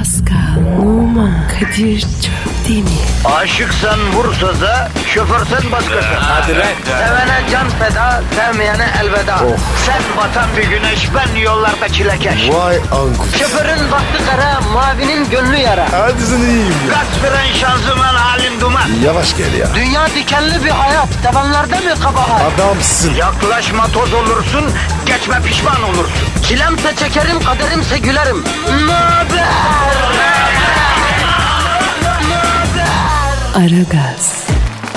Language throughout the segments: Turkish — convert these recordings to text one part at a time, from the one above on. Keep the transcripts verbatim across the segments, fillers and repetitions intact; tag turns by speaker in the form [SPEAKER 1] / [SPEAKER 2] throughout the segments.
[SPEAKER 1] Pascal, Oman, Kadir çok değil mi?
[SPEAKER 2] Aşıksan vursa da, şoförsen başkasın.
[SPEAKER 3] Hadi lan.
[SPEAKER 2] Sevene can feda, sevmeyene elveda.
[SPEAKER 3] Oh.
[SPEAKER 2] Sen batan bir güneş, ben yollarda çilekeş.
[SPEAKER 3] Vay anku.
[SPEAKER 2] Şoförün baktı kara, mavinin gönlü yara.
[SPEAKER 3] Hadi sen iyiyim ya.
[SPEAKER 2] Kasperen şanzıman halin duman.
[SPEAKER 3] Yavaş gel ya.
[SPEAKER 2] Dünya dikenli bir hayat, sevenlerde mi kabahar?
[SPEAKER 3] Adamsın.
[SPEAKER 2] Yaklaşma toz olursun, geçme pişman olursun. Çilemse çekerim, kaderimse gülerim. Möber!
[SPEAKER 1] Aragaz.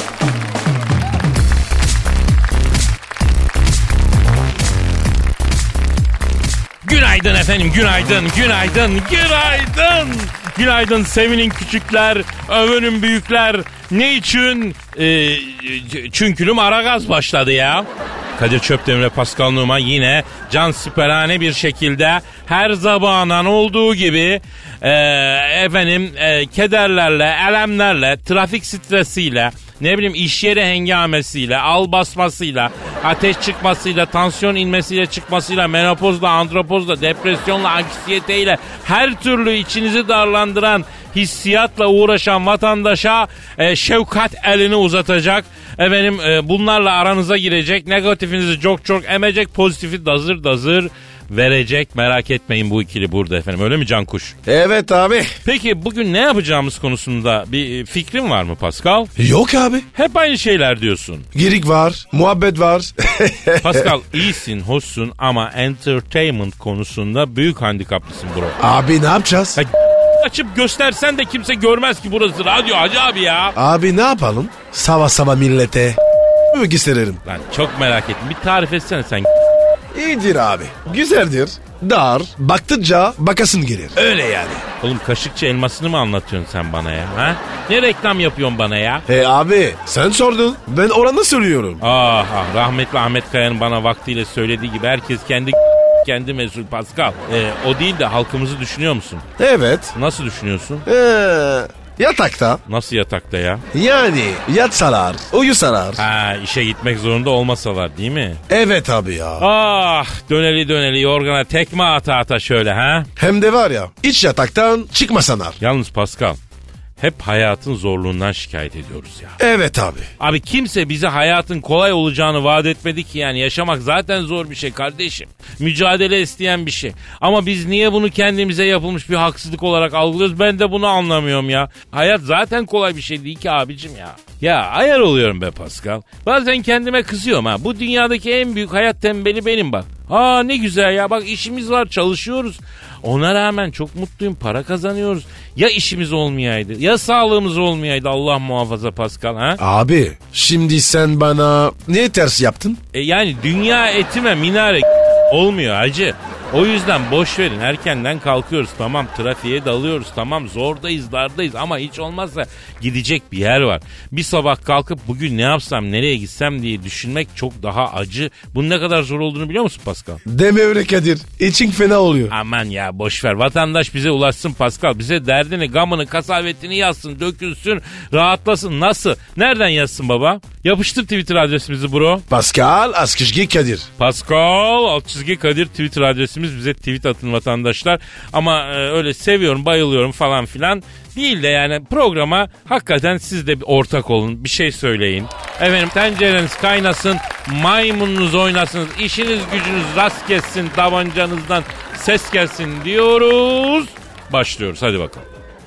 [SPEAKER 4] Günaydın efendim, günaydın, günaydın, günaydın. Günaydın sevinin küçükler, övünün büyükler. Ne için? Ee, çünkülüm Aragaz başladı ya. Kadir Çöptemir, Pascal Numa yine cansiperane bir şekilde her zamandan olduğu gibi e, efendim e, kederlerle, elemlerle, trafik stresiyle, ne bileyim iş yeri hengamesiyle, al basmasıyla, ateş çıkmasıyla, tansiyon inmesiyle çıkmasıyla, menopozla, andropozla, depresyonla, anksiyeteyle, her türlü içinizi darlandıran hissiyatla uğraşan vatandaşa e, şefkat elini uzatacak. Efendim e, bunlarla aranıza girecek, negatifinizi çok çok emecek, pozitifi dazır dazır verecek. Merak etmeyin, bu ikili burada efendim, öyle mi Cankuş?
[SPEAKER 3] Evet abi.
[SPEAKER 4] Peki bugün ne yapacağımız konusunda bir fikrin var mı Pascal?
[SPEAKER 3] Yok abi.
[SPEAKER 4] Hep aynı şeyler diyorsun.
[SPEAKER 3] Girik var, muhabbet var.
[SPEAKER 4] Pascal iyisin, hoşsun ama entertainment konusunda büyük handikaplısın bro.
[SPEAKER 3] Abi ne yapacağız?
[SPEAKER 4] Ha, açıp göstersen de kimse görmez ki burası radyo hacı abi ya.
[SPEAKER 3] Abi ne yapalım? Sabah sabah millete gösterelim.
[SPEAKER 4] Lan çok merak ettim, bir tarif etsene sen.
[SPEAKER 3] İyidir abi. Güzeldir. Dar. Baktıkça bakasın gelir. Öyle yani.
[SPEAKER 4] Oğlum kaşıkçı elmasını mı anlatıyorsun sen bana ya? Ha? Ne reklam yapıyorsun bana ya?
[SPEAKER 3] E abi sen sordun. Ben oranı söylüyorum.
[SPEAKER 4] Ah, ah rahmetli Ahmet Kaya'nın bana vaktiyle söylediği gibi herkes kendi kendi mesul Pascal. Ee, o değil de halkımızı düşünüyor musun?
[SPEAKER 3] Evet.
[SPEAKER 4] Nasıl düşünüyorsun?
[SPEAKER 3] Ee, yatakta.
[SPEAKER 4] Nasıl yatakta ya?
[SPEAKER 3] Yani yatsalar, uyusalar.
[SPEAKER 4] Ha, işe gitmek zorunda olmasalar değil mi?
[SPEAKER 3] Evet abi ya.
[SPEAKER 4] Ah, döneli döneli yorgana tekme ata ata şöyle ha.
[SPEAKER 3] Hem de var ya, hiç yataktan çıkmasalar.
[SPEAKER 4] Yalnız Pascal, hep hayatın zorluğundan şikayet ediyoruz ya.
[SPEAKER 3] Evet abi.
[SPEAKER 4] Abi kimse bize hayatın kolay olacağını vaat etmedi ki yani. Yaşamak zaten zor bir şey kardeşim. Mücadele isteyen bir şey. Ama biz niye bunu kendimize yapılmış bir haksızlık olarak algılıyoruz? Ben de bunu anlamıyorum ya. Hayat zaten kolay bir şey değil ki abicim ya. Ya ayar oluyorum be Pascal. Bazen kendime kızıyorum ha. Bu dünyadaki en büyük hayat tembeli benim bak. Aa ne güzel ya, bak işimiz var, çalışıyoruz. Ona rağmen çok mutluyum, para kazanıyoruz. Ya işimiz olmayaydı, ya sağlığımız olmayaydı, Allah muhafaza Pascal ha?
[SPEAKER 3] Abi şimdi sen bana niye ters yaptın?
[SPEAKER 4] E yani dünya etime minare olmuyor hacı. O yüzden boş verin, erkenden kalkıyoruz, tamam trafiğe dalıyoruz, tamam zordayız, dardayız ama hiç olmazsa gidecek bir yer var. Bir sabah kalkıp bugün ne yapsam, nereye gitsem diye düşünmek çok daha acı. Bunun ne kadar zor olduğunu biliyor musun Pascal?
[SPEAKER 3] Deme öyle Kadir, için fena oluyor.
[SPEAKER 4] Aman ya boş ver, vatandaş bize ulaşsın Pascal, bize derdini, gamını, kasavetini yazsın, dökülsün, rahatlasın. Nasıl? Nereden yazsın baba? Yapıştır Twitter adresimizi bro.
[SPEAKER 3] Pascal Askışgi Kadir.
[SPEAKER 4] Pascal alt çizgi Kadir Twitter adresimiz. Bize tweet atın vatandaşlar. Ama e, öyle seviyorum, bayılıyorum falan filan değil de yani programa hakikaten siz de bir ortak olun. Bir şey söyleyin. Efendim tencereniz kaynasın, maymununuz oynasın, işiniz gücünüz rast gelsin, tabancanızdan ses gelsin diyoruz. Başlıyoruz, hadi bakalım.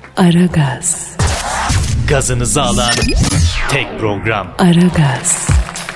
[SPEAKER 1] Aragaz.
[SPEAKER 5] Gazınızı alan tek program.
[SPEAKER 1] Aragaz.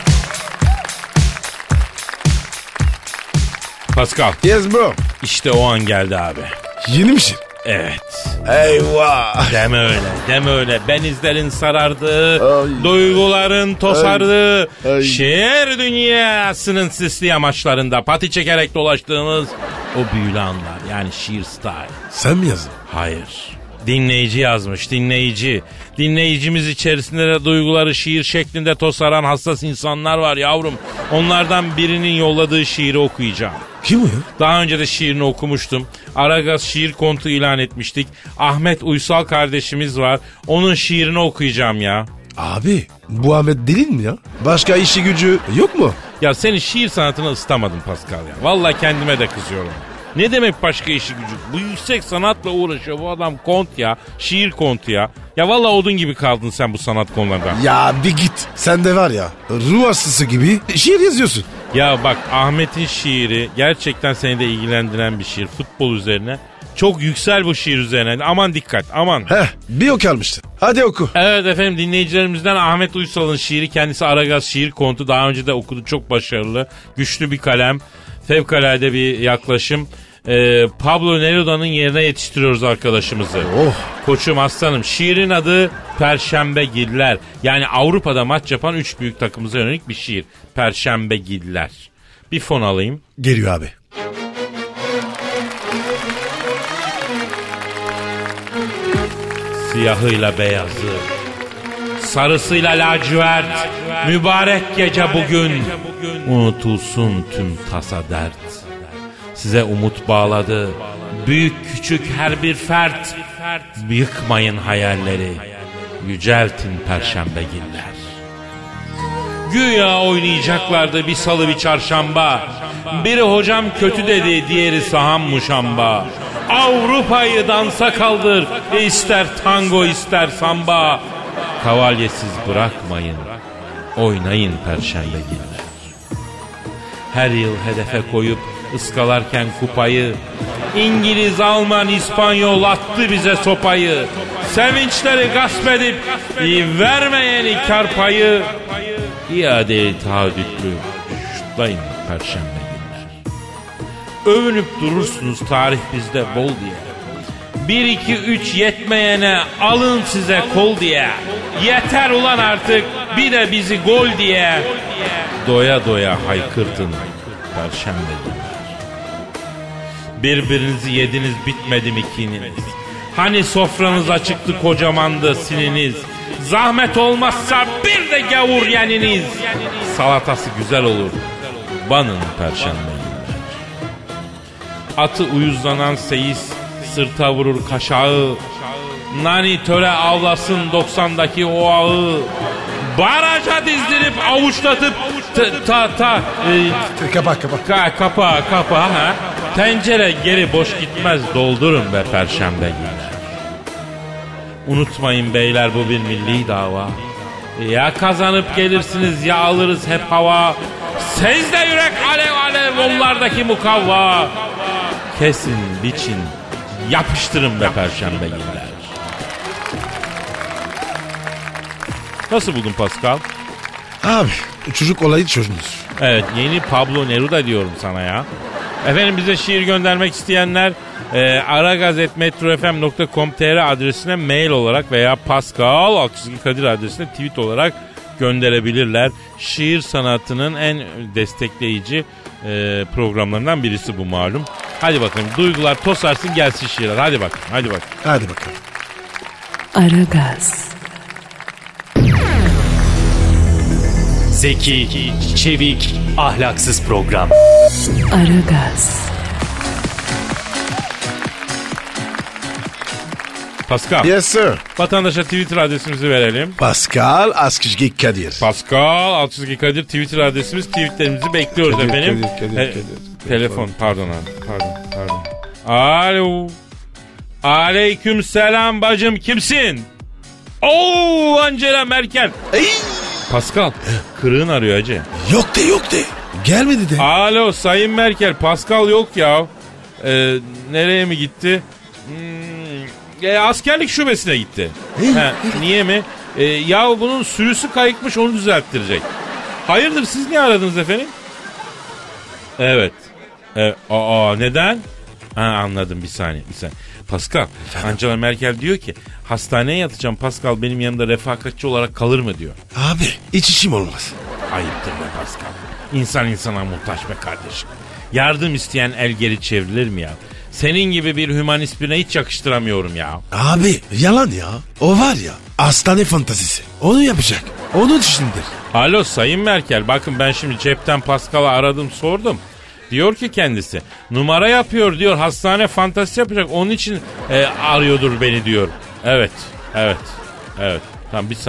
[SPEAKER 4] Pascal.
[SPEAKER 3] Yes bro.
[SPEAKER 4] İşte o an geldi abi.
[SPEAKER 3] Yeni mi şiir?
[SPEAKER 4] Evet.
[SPEAKER 3] Eyvah.
[SPEAKER 4] Deme öyle, deme öyle. Benizlerin sarardığı,
[SPEAKER 3] Ay.
[SPEAKER 4] duyguların tosardığı,
[SPEAKER 3] Ay. Ay.
[SPEAKER 4] şiir dünyasının sisli yamaçlarında pati çekerek dolaştığımız o büyülü anlar. Yani şiir style.
[SPEAKER 3] Sen mi yazdın?
[SPEAKER 4] Hayır. Dinleyici yazmış, dinleyici. Dinleyicimiz içerisinde de duyguları şiir şeklinde tosaran hassas insanlar var yavrum. Onlardan birinin yolladığı şiiri okuyacağım.
[SPEAKER 3] Kim o ya?
[SPEAKER 4] Daha önce de şiirini okumuştum. Aragaz şiir kontu ilan etmiştik. Ahmet Uysal kardeşimiz var. Onun şiirini okuyacağım ya.
[SPEAKER 3] Abi bu Ahmet değil mi ya? Başka işi gücü yok mu?
[SPEAKER 4] Ya senin şiir sanatını ıstamadım Pascal ya. Vallahi kendime de kızıyorum. Ne demek başka işi gücü? Bu yüksek sanatla uğraşıyor bu adam, kont ya. Şiir kontu ya. Ya vallahi odun gibi kaldın sen bu sanat konularında.
[SPEAKER 3] Ya bir git. Sen de var ya ruh hastası gibi şiir yazıyorsun.
[SPEAKER 4] Ya bak, Ahmet'in şiiri gerçekten seni de ilgilendiren bir şiir. Futbol üzerine. Çok yüksel bu şiir üzerine. Aman dikkat, aman.
[SPEAKER 3] Heh, bir o kalmıştı. Hadi oku.
[SPEAKER 4] Evet efendim, dinleyicilerimizden Ahmet Uysal'ın şiiri, kendisi Aragaz şiir kontu. Daha önce de okudu, çok başarılı. Güçlü bir kalem. Fevkalade bir yaklaşım. Ee, Pablo Neruda'nın yerine yetiştiriyoruz arkadaşımızı.
[SPEAKER 3] Oh.
[SPEAKER 4] Koçum, aslanım. Şiirin adı Perşembegiller. Yani Avrupa'da maç yapan üç büyük takımımıza yönelik bir şiir. Perşembegiller. Bir fon alayım.
[SPEAKER 3] Geliyor abi.
[SPEAKER 4] Siyahıyla beyazı, sarısıyla lacivert, mübarek gece bugün, unutulsun tüm tasa dert. Size umut bağladı, büyük küçük her bir fert. Yıkmayın hayalleri, yüceltin perşembegiller. Güya oynayacaklardı bir salı bir çarşamba. Biri hocam kötü dedi, diğeri saham muşamba. Avrupa'yı dansa kaldır, ister tango ister samba. Kavalyesiz bırakmayın, oynayın perşembegiller. Her yıl hedefe koyup ıskalarken kupayı, İngiliz, Alman, İspanyol attı bize sopayı. Sevinçleri gasp edip vermeyeni kar payı, iade-i taahhütlü şutlayın perşembegiller. Övünüp durursunuz tarih bizde bol diye. Bir iki üç yetmeyene alın size kol diye. Yeter ulan artık bir de bizi gol diye. Doya doya haykırtın perşembegiller. Birbirinizi yediniz bitmedi mi kininiz? Hani sofranız açıktı kocamandı sininiz? Zahmet olmazsa bir de gavur yeniniz. Salatası güzel olur, banın perşembegiller. Atı uyuzlanan seyis sırta vurur kaşağı. Nani töre avlasın doksandaki o ağı. Baraja dizdirip avuçlatıp ta ta ta e,
[SPEAKER 3] Kapa kapa.
[SPEAKER 4] ka, kapa kapa ha. Tencere geri boş gitmez, doldurun be perşembegiller. Unutmayın beyler, bu bir milli dava. Ya kazanıp gelirsiniz ya alırız hep hava. Sizde yürek alev alev, onlardaki mukavva. Kesin, biçin, yapıştırın be perşembegiller. Nasıl buldun Pascal?
[SPEAKER 3] Abi çocuk olayı çözmüş.
[SPEAKER 4] Evet, yeni Pablo Neruda diyorum sana ya. Efendim, bize şiir göndermek isteyenler e, aragaz et metro f m nokta com nokta t r adresine mail olarak veya Pascal Altçizgi Kadir adresine tweet olarak gönderebilirler. Şiir sanatının en destekleyici e, programlarından birisi bu malum. Hadi bakalım, duygular tosarsın, gelsin şiirler. Hadi bakalım, hadi bakalım.
[SPEAKER 3] Hadi bakalım.
[SPEAKER 1] Aragaz.
[SPEAKER 5] Zeki, çevik, ahlaksız program.
[SPEAKER 1] Aragaz.
[SPEAKER 4] Pascal,
[SPEAKER 3] Yes sir.
[SPEAKER 4] vatandaşa Twitter adresimizi verelim.
[SPEAKER 3] Pascal Askışgi Kadir.
[SPEAKER 4] Pascal Altçizgi Kadir Twitter adresimiz. Tweetlerimizi bekliyoruz
[SPEAKER 3] Kadir,
[SPEAKER 4] efendim.
[SPEAKER 3] Kadir, Kadir,
[SPEAKER 4] E,
[SPEAKER 3] Kadir.
[SPEAKER 4] Telefon, pardon abi, pardon, pardon. Alo. Aleyküm selam bacım, kimsin? Oo, Angela Merkel.
[SPEAKER 3] Ey!
[SPEAKER 4] Pascal, kırığın arıyor hacı.
[SPEAKER 3] Yok de yok de. Gelmedi de.
[SPEAKER 4] Alo Sayın Merkel, Pascal yok ya. Ee, nereye mi gitti? Hmm, e, askerlik şubesine gitti.
[SPEAKER 3] Hey,
[SPEAKER 4] He,
[SPEAKER 3] hey.
[SPEAKER 4] niye mi? Ee, ya bunun sürüsü kayıkmış, onu düzelttirecek. Hayırdır, siz niye aradınız efendim? Evet. E, aa, neden? Ha, anladım, bir saniye bir saniye. Pascal, Angela Merkel diyor ki hastaneye yatacağım, Pascal benim yanımda refakatçi olarak kalır mı diyor.
[SPEAKER 3] Abi hiç işim olmaz.
[SPEAKER 4] Ayıptır be Pascal. İnsan insana muhtaç be kardeşim. Yardım isteyen el geri çevrilir mi ya? Senin gibi bir hümanist birine hiç yakıştıramıyorum ya.
[SPEAKER 3] Abi yalan ya. O var ya hastane fantazisi. Onu yapacak. Onun içindir.
[SPEAKER 4] Alo Sayın Merkel, bakın ben şimdi cepten Pascal'ı aradım, sordum. Diyor ki kendisi numara yapıyor diyor, hastane fantazisi yapacak, onun için e, arıyordur beni diyor. Evet evet evet tamam, bir saniye.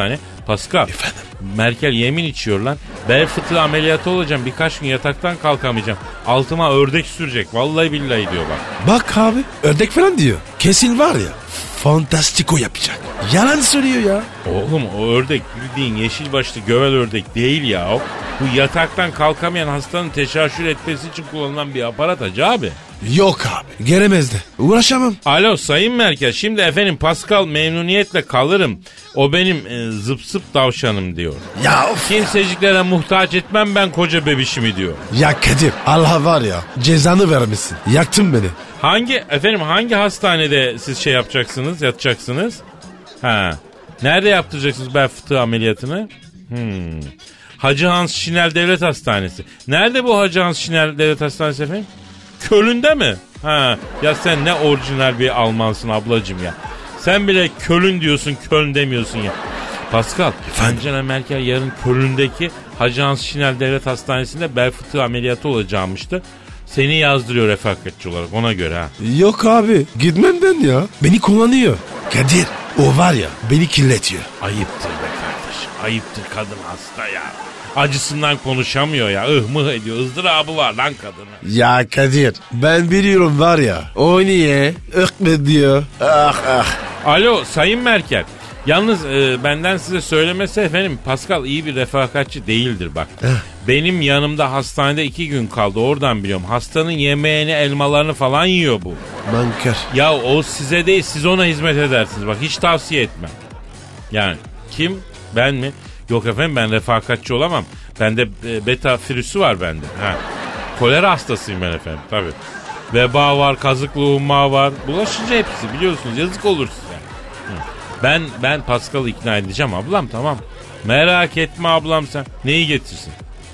[SPEAKER 4] Pascal.
[SPEAKER 3] Efendim?
[SPEAKER 4] Merkel yemin içiyor lan. Bel fıtığı ameliyatı olacağım. Birkaç gün yataktan kalkamayacağım. Altıma ördek sürecek. Vallahi billahi diyor bak.
[SPEAKER 3] Bak abi ördek falan diyor. Kesin var ya fantastiko yapacak. Yalan söylüyor ya.
[SPEAKER 4] Oğlum o ördek bildiğin yeşil başlı gövel ördek değil ya. Bu yataktan kalkamayan hastanın teşaşür etmesi için kullanılan bir aparat hacı abi.
[SPEAKER 3] Yok abi gelemez de uğraşamam.
[SPEAKER 4] Alo Sayın Merkel, şimdi efendim Pascal memnuniyetle kalırım. O benim e, zıp zıp tavşanım diyor.
[SPEAKER 3] Ya of.
[SPEAKER 4] Kimseciklere muhtaç etmem ben koca bebişimi diyor.
[SPEAKER 3] Ya Kadir Allah var ya cezanı vermesin. Yaktın beni.
[SPEAKER 4] Hangi efendim hangi hastanede siz şey yapacaksınız, yatacaksınız? Ha. Nerede yaptıracaksınız bel fıtığı ameliyatını? Hmm. Hacı Hans Şinel Devlet Hastanesi. Nerede bu Hacı Hans Şinel Devlet Hastanesi efendim? Köln'de mi? Ha. Ya sen ne orijinal bir Almansın ablacığım ya. Sen bile Köln diyorsun, Köln demiyorsun ya. Pascal, Angela Merkel yarın Köln'deki Hacı Hans Şinel Devlet Hastanesi'nde bel fıtığı ameliyatı olacakmıştı. Seni yazdırıyor refakatçi olarak ona göre ha.
[SPEAKER 3] Yok abi gitmem ben ya. Beni kullanıyor. Kadir o var ya beni kirletiyor.
[SPEAKER 4] Ayıptır be kardeşim. Ayıptır, kadın hasta ya. Acısından konuşamıyor ya. Ih mıh ediyor. Izdırabı var lan kadını.
[SPEAKER 3] Ya Kadir ben biliyorum var ya. O niye? Ökme diyor. Ah ah.
[SPEAKER 4] Alo Sayın Merkel. Yalnız e, benden size söylemesi efendim Pascal iyi bir refakatçi değildir bak. Benim yanımda hastanede iki gün kaldı, oradan biliyorum. Hastanın yemeğini, elmalarını falan yiyor bu.
[SPEAKER 3] Banker.
[SPEAKER 4] Ya o size değil, siz ona hizmet edersiniz. Bak hiç tavsiye etmem. Yani kim? Ben mi? Yok efendim ben refakatçi olamam. Bende e, beta virüsü var bende. Ha. Kolera hastasıyım ben efendim tabii. Veba var, kazıklı humma var. Bulaşınca hepsi biliyorsunuz, yazık olur size. Hı. Ben ben Pascal'ı ikna edeceğim ablam, tamam. Merak etme ablam sen. Neyi getirsin?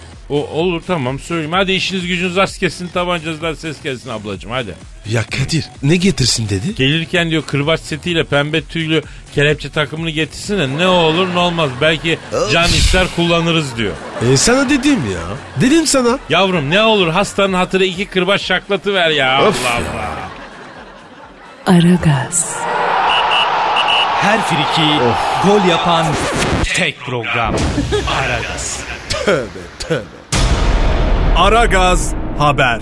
[SPEAKER 4] O olur tamam söyleyeyim. Hadi işiniz gücünüz az kesin, tabancasından ses gelsin ablacığım hadi.
[SPEAKER 3] Ya Kadir ne getirsin dedi?
[SPEAKER 4] Gelirken diyor kırbaç setiyle pembe tüylü kelepçe takımını getirsin de ne olur ne olmaz. Belki can ister kullanırız diyor.
[SPEAKER 3] E sana dedim ya. Dedim sana.
[SPEAKER 4] Yavrum ne olur hastanın hatırı iki kırbaç şaklatı ver ya.
[SPEAKER 3] Of
[SPEAKER 4] Allah
[SPEAKER 3] ya.
[SPEAKER 4] Allah.
[SPEAKER 1] Aragaz.
[SPEAKER 5] Her friki gol yapan tek program. Aragaz.
[SPEAKER 3] Tövbe tövbe.
[SPEAKER 6] Aragaz haber.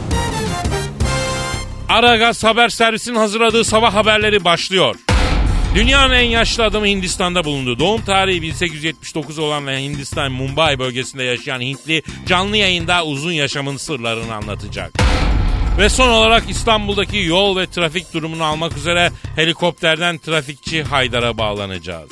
[SPEAKER 4] Aragaz haber servisinin hazırladığı sabah haberleri başlıyor. Dünyanın en yaşlı adamı Hindistan'da bulundu. Doğum tarihi bin sekiz yüz yetmiş dokuz olan ve Hindistan Mumbai bölgesinde yaşayan Hintli canlı yayında uzun yaşamın sırlarını anlatacak. Ve son olarak İstanbul'daki yol ve trafik durumunu almak üzere helikopterden trafikçi Haydar'a bağlanacağız.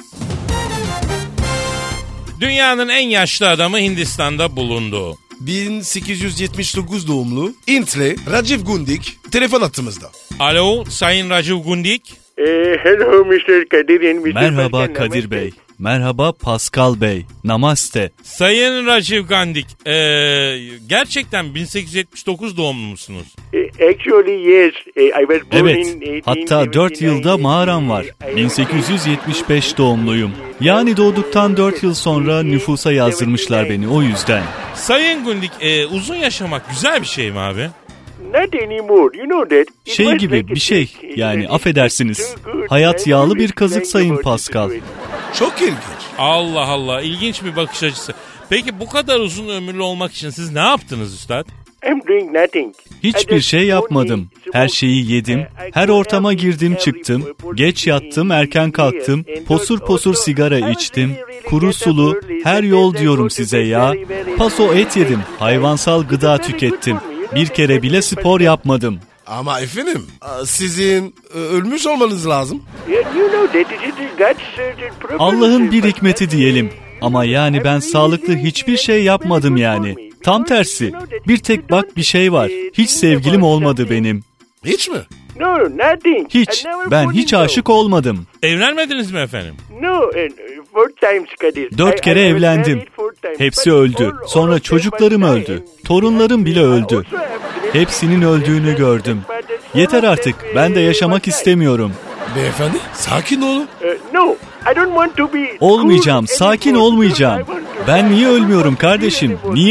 [SPEAKER 4] Dünyanın en yaşlı adamı Hindistan'da bulundu.
[SPEAKER 3] bin sekiz yüz yetmiş dokuz doğumlu Hintli Rajiv Gundik telefon hattımızda.
[SPEAKER 4] Alo Sayın Rajiv Gundik.
[SPEAKER 7] Uh, hello mister Kadir and mister
[SPEAKER 8] Merhaba
[SPEAKER 7] Pascal,
[SPEAKER 8] Kadir
[SPEAKER 7] namaste.
[SPEAKER 8] Bey. Merhaba Pascal Bey. Namaste.
[SPEAKER 4] Sayın Rajiv Gundik, ee, gerçekten bin sekiz yüz yetmiş dokuz doğumlu musunuz?
[SPEAKER 7] Uh, actually yes, uh, I was born
[SPEAKER 8] Evet.
[SPEAKER 7] in
[SPEAKER 8] Hatta dört yılda mağaram var. bin sekiz yüz yetmiş beş doğumluyum. Yani doğduktan dört yıl sonra nüfusa yazdırmışlar beni o yüzden.
[SPEAKER 4] Sayın Gundik, ee, uzun yaşamak güzel bir şey mi abi?
[SPEAKER 7] Not anymore, you know that. It
[SPEAKER 8] Şey
[SPEAKER 7] was
[SPEAKER 8] gibi
[SPEAKER 7] like a
[SPEAKER 8] bir şey.
[SPEAKER 7] trick.
[SPEAKER 8] Yani
[SPEAKER 7] It
[SPEAKER 8] affedersiniz.
[SPEAKER 7] was so good.
[SPEAKER 8] Hayat
[SPEAKER 7] I
[SPEAKER 8] yağlı
[SPEAKER 7] always
[SPEAKER 8] bir kazık
[SPEAKER 7] think
[SPEAKER 8] Sayın
[SPEAKER 7] about the
[SPEAKER 8] Pascal.
[SPEAKER 7] situation.
[SPEAKER 3] Çok ilginç.
[SPEAKER 4] Allah Allah, ilginç bir bakış açısı. Peki bu kadar uzun ömürlü olmak için siz ne yaptınız üstad?
[SPEAKER 7] I'm doing nothing.
[SPEAKER 8] Hiçbir şey yapmadım. Her şeyi yedim. Her ortama girdim çıktım. Geç yattım, erken kalktım. Posur posur sigara içtim. Kuru sulu, her yol diyorum size ya. Paso et yedim. Hayvansal gıda tükettim. Bir kere bile spor yapmadım.
[SPEAKER 3] Ama efendim sizin e, ölmüş olmanız lazım.
[SPEAKER 7] Yeah, you know that it is God's certain purpose.
[SPEAKER 8] Allah'ın bir hikmeti diyelim. Ama yani ben sağlıklı hiçbir şey yapmadım yani. Tam tersi. Bir tek bak bir şey var. Hiç sevgilim olmadı benim.
[SPEAKER 3] Hiç mi?
[SPEAKER 7] No, nothing.
[SPEAKER 8] Hiç.
[SPEAKER 7] I never
[SPEAKER 8] Ben
[SPEAKER 7] fall
[SPEAKER 8] hiç
[SPEAKER 7] in love.
[SPEAKER 8] aşık olmadım.
[SPEAKER 4] Evlenmediniz mi efendim?
[SPEAKER 7] No, and uh, four times Kadir.
[SPEAKER 8] Dört
[SPEAKER 7] I-
[SPEAKER 8] kere
[SPEAKER 7] I was
[SPEAKER 8] evlendim.
[SPEAKER 7] married four times.
[SPEAKER 8] Hepsi
[SPEAKER 7] But
[SPEAKER 8] öldü.
[SPEAKER 7] all- all
[SPEAKER 8] Sonra
[SPEAKER 7] of them
[SPEAKER 8] çocuklarım
[SPEAKER 7] was
[SPEAKER 8] öldü.
[SPEAKER 7] dying.
[SPEAKER 8] Torunlarım bile öldü.
[SPEAKER 7] Also I have great-
[SPEAKER 8] Hepsinin öldüğünü gördüm. Yeter artık. Ben de yaşamak istemiyorum.
[SPEAKER 3] Beyefendi sakin olun.
[SPEAKER 7] Uh, no, I don't want to be
[SPEAKER 8] Olmayacağım.
[SPEAKER 7] cool
[SPEAKER 8] Sakin
[SPEAKER 7] anymore.
[SPEAKER 8] olmayacağım.
[SPEAKER 7] I want to-
[SPEAKER 8] Ben niye ölmüyorum kardeşim? Niye?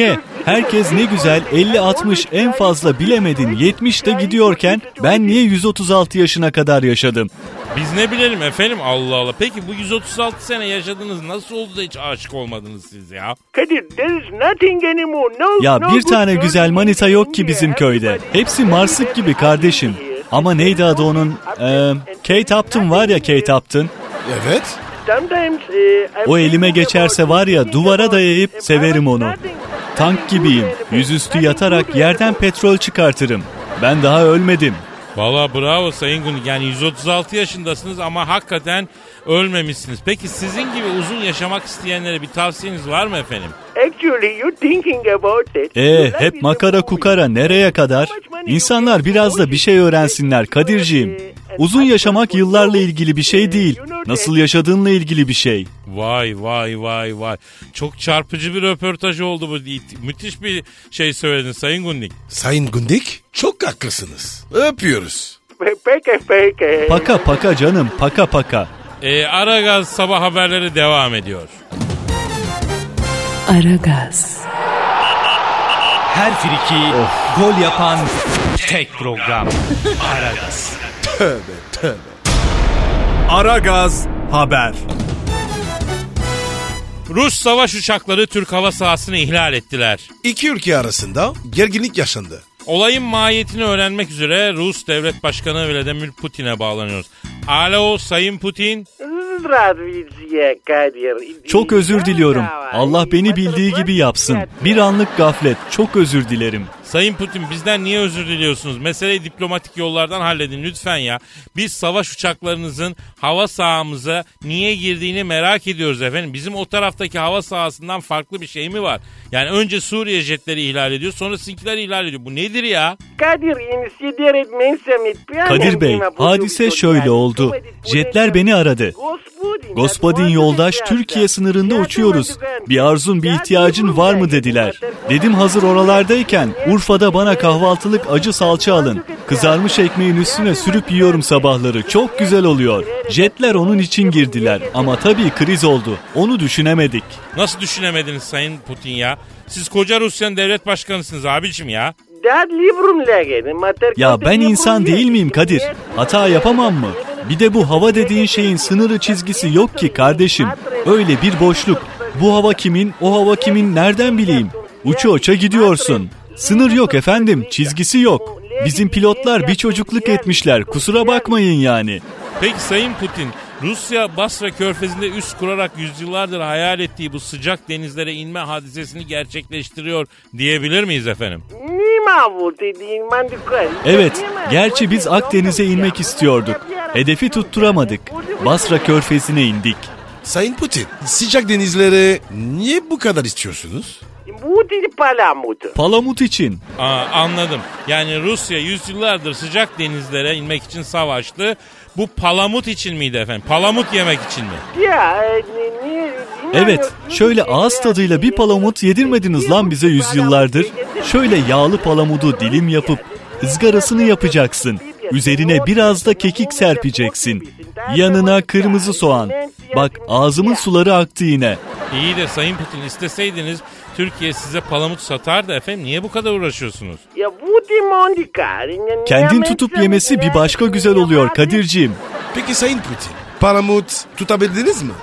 [SPEAKER 8] Herkes ne güzel elli altmış, en fazla bilemedin yetmişte gidiyorken ben niye yüz otuz altı yaşına kadar yaşadım?
[SPEAKER 4] Biz ne bilelim efendim, Allah Allah. Peki bu yüz otuz altı sene yaşadınız, nasıl oldu da hiç aşık olmadınız siz ya?
[SPEAKER 7] Kadir, there is nothing anymore. No,
[SPEAKER 8] Ya
[SPEAKER 7] no
[SPEAKER 8] bir
[SPEAKER 7] good
[SPEAKER 8] tane
[SPEAKER 7] girl
[SPEAKER 8] güzel manita yok ki
[SPEAKER 7] in
[SPEAKER 8] bizim
[SPEAKER 7] here.
[SPEAKER 8] köyde.
[SPEAKER 7] Everybody-
[SPEAKER 8] Hepsi marsık gibi kardeşim. Ama neydi adı onun? Ee, Kate Upton var ya, Kate Upton.
[SPEAKER 3] Evet.
[SPEAKER 7] Sometimes, uh, I'm
[SPEAKER 8] O elime
[SPEAKER 7] thinking
[SPEAKER 8] geçerse
[SPEAKER 7] about
[SPEAKER 8] var ya,
[SPEAKER 7] thinking
[SPEAKER 8] duvara
[SPEAKER 7] about
[SPEAKER 8] dayayıp
[SPEAKER 7] it.
[SPEAKER 8] severim onu.
[SPEAKER 7] Nothing-
[SPEAKER 8] Tank
[SPEAKER 7] nothing
[SPEAKER 8] gibiyim.
[SPEAKER 7] good anymore.
[SPEAKER 8] Yüzüstü
[SPEAKER 7] Nothing
[SPEAKER 8] yatarak
[SPEAKER 7] good
[SPEAKER 8] yerden
[SPEAKER 7] anymore.
[SPEAKER 8] petrol çıkartırım. Ben daha ölmedim.
[SPEAKER 4] Valla bravo Sayın Günük. Yani yüz otuz altı yaşındasınız ama hakikaten ölmemişsiniz. Peki sizin gibi uzun yaşamak isteyenlere bir tavsiyeniz var mı efendim?
[SPEAKER 7] Actually, you're thinking about it.
[SPEAKER 8] Ee,
[SPEAKER 7] Your life
[SPEAKER 8] hep
[SPEAKER 7] is
[SPEAKER 8] makara
[SPEAKER 7] a movie.
[SPEAKER 8] kukara nereye kadar? İnsanlar biraz da bir şey öğrensinler Kadirciğim. Uzun yaşamak yıllarla ilgili bir şey değil. Nasıl yaşadığınla ilgili bir şey.
[SPEAKER 4] Vay vay vay vay. Çok çarpıcı bir röportaj oldu bu. Müthiş bir şey söyledin Sayın Günük.
[SPEAKER 3] Sayın Gundik, çok haklısınız. Öpüyoruz.
[SPEAKER 7] Peki, peki.
[SPEAKER 8] Paka paka canım, paka paka.
[SPEAKER 4] Ee, Aragaz sabah haberleri devam ediyor.
[SPEAKER 1] Aragaz,
[SPEAKER 5] Her friki gol yapan tek program. Aragaz.
[SPEAKER 8] Aragaz haber.
[SPEAKER 4] Rus savaş uçakları Türk hava sahasını ihlal ettiler.
[SPEAKER 3] İki ülke arasında gerginlik yaşandı.
[SPEAKER 4] Olayın mahiyetini öğrenmek üzere Rus Devlet Başkanı Vladimir Putin'e bağlanıyoruz. Alo Sayın Putin.
[SPEAKER 7] Здравствуйте, Kadir.
[SPEAKER 8] Çok özür diliyorum. Allah beni bildiği gibi yapsın. Bir anlık gaflet. Çok özür dilerim.
[SPEAKER 4] Sayın Putin, bizden niye özür diliyorsunuz? Meseleyi diplomatik yollardan halledin lütfen ya. Biz savaş uçaklarınızın hava sahamıza niye girdiğini merak ediyoruz efendim. Bizim o taraftaki hava sahasından farklı bir şey mi var? Yani önce Suriye jetleri ihlal ediyor, sonra sizinkiler ihlal ediyor. Bu nedir ya?
[SPEAKER 7] Kadir,
[SPEAKER 8] Kadir Bey, hadise şöyle oldu. Jetler beni aradı. Господин yoldaş, Türkiye sınırında uçuyoruz. Bir arzun, bir ihtiyacın var mı dediler. Dedim hazır oralardayken Urfa'da bana kahvaltılık acı salça alın. Kızarmış ekmeğin üstüne sürüp yiyorum sabahları. Çok güzel oluyor. Jetler onun için girdiler. Ama tabii kriz oldu. Onu düşünemedik.
[SPEAKER 4] Nasıl düşünemediniz Sayın Putin ya? Siz koca Rusya'nın devlet başkanısınız abicim ya.
[SPEAKER 8] Ya ben insan değil miyim Kadir? Hata yapamam mı? Bir de bu hava dediğin şeyin sınırı çizgisi yok ki kardeşim. Öyle bir boşluk. Bu hava kimin, o hava kimin nereden bileyim? Uça uça gidiyorsun. Sınır yok efendim, çizgisi yok. Bizim pilotlar bir çocukluk etmişler, kusura bakmayın yani.
[SPEAKER 4] Peki Sayın Putin, Rusya Basra Körfezi'nde üs kurarak yüzyıllardır hayal ettiği bu sıcak denizlere inme hadisesini gerçekleştiriyor diyebilir miyiz efendim?
[SPEAKER 8] Evet, gerçi biz Akdeniz'e inmek istiyorduk. Hedefi tutturamadık. Basra Körfezi'ne indik.
[SPEAKER 3] Sayın Putin, sıcak denizlere niye bu kadar istiyorsunuz?
[SPEAKER 8] Palamut için.
[SPEAKER 4] Aa, anladım. Yani Rusya yüzyıllardır sıcak denizlere inmek için savaştı. Bu palamut için miydi efendim? Palamut yemek için mi?
[SPEAKER 8] Evet, şöyle ağız tadıyla bir palamut yedirmediniz lan bize yüzyıllardır. Şöyle yağlı palamudu dilim yapıp ızgarasını yapacaksın. Üzerine biraz da kekik serpeceksin. Yanına kırmızı soğan. Bak ağzımın suları aktı yine.
[SPEAKER 4] İyi de Sayın Putin, isteseydiniz Türkiye size palamut satardı efendim. Niye bu kadar uğraşıyorsunuz?
[SPEAKER 8] Kendin tutup yemesi bir başka güzel oluyor Kadirciğim.
[SPEAKER 3] Peki Sayın Putin, palamut tutabildiniz mi?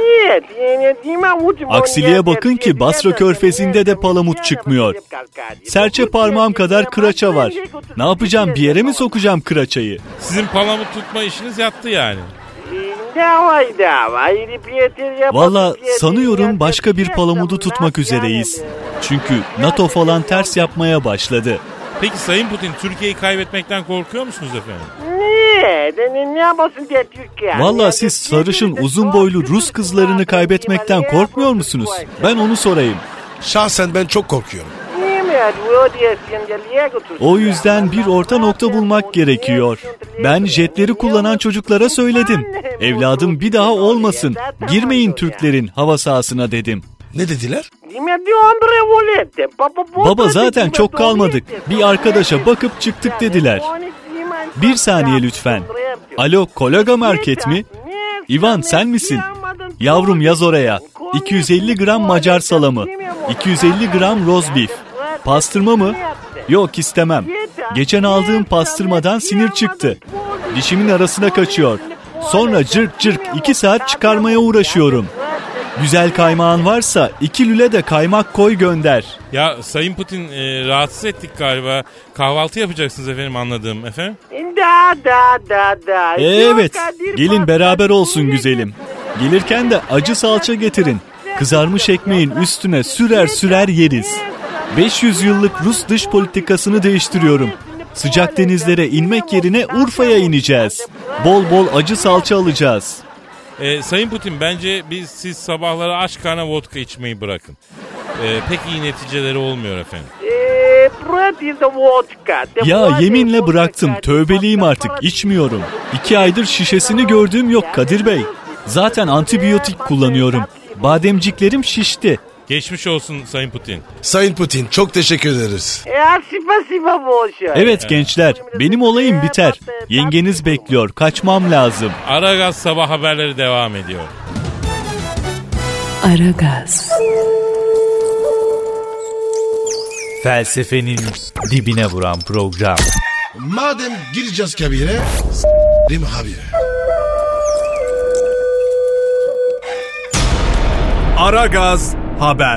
[SPEAKER 8] Aksiliğe bakın ki Basra Körfezi'nde de palamut çıkmıyor. Serçe parmağım kadar kıraça var. Ne yapacağım, bir yere mi sokacağım kıraçayı?
[SPEAKER 4] Sizin palamut tutma işiniz yattı yani.
[SPEAKER 8] Valla sanıyorum başka bir palamudu tutmak üzereyiz. Çünkü NATO falan ters yapmaya başladı.
[SPEAKER 4] Peki Sayın Putin, Türkiye'yi kaybetmekten korkuyor musunuz efendim?
[SPEAKER 8] Valla siz sarışın uzun boylu Rus kızlarını kaybetmekten korkmuyor musunuz? Ben onu sorayım.
[SPEAKER 3] Şahsen ben çok korkuyorum.
[SPEAKER 8] O yüzden bir orta nokta bulmak gerekiyor. Ben jetleri kullanan çocuklara söyledim. Evladım bir daha olmasın. Girmeyin Türklerin hava sahasına dedim.
[SPEAKER 3] Ne dediler?
[SPEAKER 8] Baba zaten çok kalmadık. Bir arkadaşa bakıp çıktık dediler. Bir saniye lütfen. Alo, Kolaga Market mi? İvan sen misin? Yavrum yaz oraya. iki yüz elli gram Macar salamı, iki yüz elli gram roast beef, Pastırma mı? Yok istemem. Geçen aldığım pastırmadan sinir çıktı. Dişimin arasına kaçıyor. Sonra cırk cırk iki saat çıkarmaya uğraşıyorum. Güzel kaymağın varsa iki lüle de kaymak koy gönder.
[SPEAKER 4] Ya Sayın Putin e, rahatsız ettik galiba. Kahvaltı yapacaksınız efendim anladığım efendim.
[SPEAKER 7] Da da da da.
[SPEAKER 8] Evet, gelin beraber olsun güzelim. Gelirken de acı salça getirin. Kızarmış ekmeğin üstüne sürer sürer yeriz. beş yüz yıllık Rus dış politikasını değiştiriyorum. Sıcak denizlere inmek yerine Urfa'ya ineceğiz. Bol bol acı salça alacağız.
[SPEAKER 4] E, Sayın Putin bence biz siz sabahları aç karnına vodka içmeyi bırakın. E, pek iyi neticeleri olmuyor efendim.
[SPEAKER 8] Ya yeminle bıraktım, tövbeliyim artık, içmiyorum. İki aydır şişesini gördüğüm yok Kadir Bey. Zaten antibiyotik kullanıyorum. Bademciklerim şişti.
[SPEAKER 4] Geçmiş olsun Sayın Putin.
[SPEAKER 3] Sayın Putin çok teşekkür ederiz.
[SPEAKER 8] Evet gençler, benim olayım biter. Yengeniz bekliyor, kaçmam lazım.
[SPEAKER 4] Aragaz sabah haberleri devam ediyor.
[SPEAKER 1] Aragaz.
[SPEAKER 5] Felsefenin dibine vuran program.
[SPEAKER 3] Madem gireceğiz kabire, s***rim abi.
[SPEAKER 5] Aragaz haber.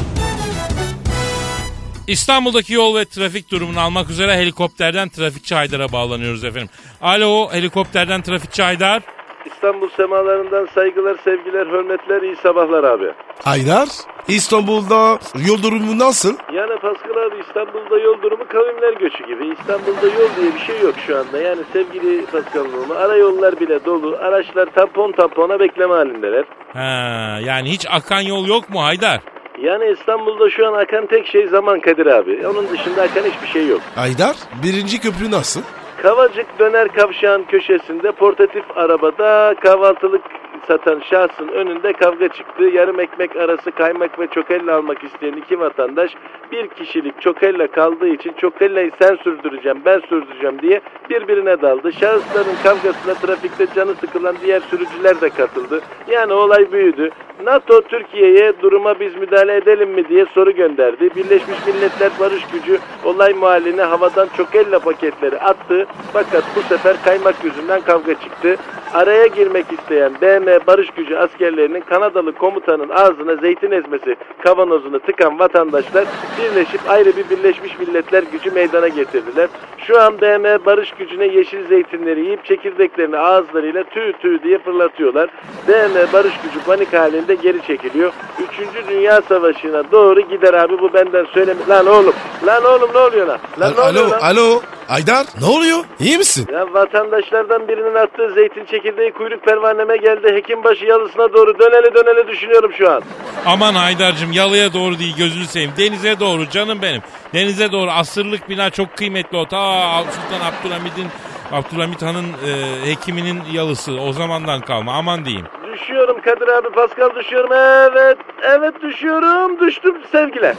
[SPEAKER 4] İstanbul'daki yol ve trafik durumunu almak üzere helikopterden trafikçi Haydar'a bağlanıyoruz efendim. Alo, helikopterden trafikçi Haydar.
[SPEAKER 6] İstanbul semalarından saygılar, sevgiler, hürmetler, iyi sabahlar abi.
[SPEAKER 3] Haydar, İstanbul'da yol durumu nasıl?
[SPEAKER 6] Yani Pascal abi, İstanbul'da yol durumu kavimler göçü gibi. İstanbul'da yol diye bir şey yok şu anda. Yani sevgili Pascal'ın arayollar bile dolu. Araçlar tampon tampona bekleme halindeler.
[SPEAKER 4] Ha, yani hiç akan yol yok mu Haydar?
[SPEAKER 6] Yani İstanbul'da şu an akan tek şey zaman Kadir abi. Onun dışında akan hiçbir şey yok.
[SPEAKER 3] Haydar, birinci köprü nasıl?
[SPEAKER 6] Kavacık döner kavşağın köşesinde portatif arabada kahvaltılık satan şahsın önünde kavga çıktı. Yarım ekmek arası kaymak ve çokella almak isteyen iki vatandaş bir kişilik çokella kaldığı için çokellayı sen sürdüreceğim ben sürdüreceğim diye birbirine daldı. Şahısların kavgasına trafikte canı sıkılan diğer sürücüler de katıldı. Yani olay büyüdü. NATO Türkiye'ye duruma biz müdahale edelim mi diye soru gönderdi. Birleşmiş Milletler Barış Gücü olay mahalline havadan çokella paketleri attı. Fakat bu sefer kaymak yüzünden kavga çıktı. Araya girmek isteyen B M Barış Gücü askerlerinin Kanadalı komutanın ağzına zeytin ezmesi kavanozunu tıkan vatandaşlar birleşip ayrı bir Birleşmiş Milletler Gücü meydana getirdiler. Şu an B M Barış Gücü'ne yeşil zeytinleri yiyip çekirdeklerini ağızlarıyla tüy tüy diye fırlatıyorlar. B M Barış Gücü panik halinde geri çekiliyor. Üçüncü Dünya Savaşı'na doğru gider abi, bu benden söyleme. Lan oğlum, lan oğlum ne oluyor lan? Lan ne
[SPEAKER 3] alo,
[SPEAKER 6] oluyor lan?
[SPEAKER 3] alo, Haydar ne oluyor? İyi misin?
[SPEAKER 6] Ya vatandaşlardan birinin attığı zeytin çekirdeği kuyruk pervaneme geldi. Hekimbaşı yalısına doğru döneli döneli düşünüyorum şu an.
[SPEAKER 4] Aman Haydar'cığım, yalıya doğru değil, gözünü seveyim. Denize doğru canım benim. Denize doğru, asırlık bina, çok kıymetli o. Ta Sultan Abdülhamid'in, Abdülhamid Han'ın e, hekiminin yalısı, o zamandan kalma, aman diyeyim.
[SPEAKER 6] Düşüyorum Kadir abi, Pascal düşüyorum. Evet, evet düşüyorum. Düştüm sevgiler.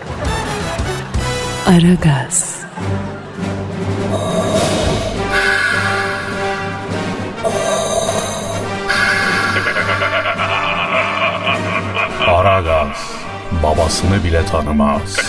[SPEAKER 1] Aragaz.
[SPEAKER 5] Aragaz babasını bile tanımaz.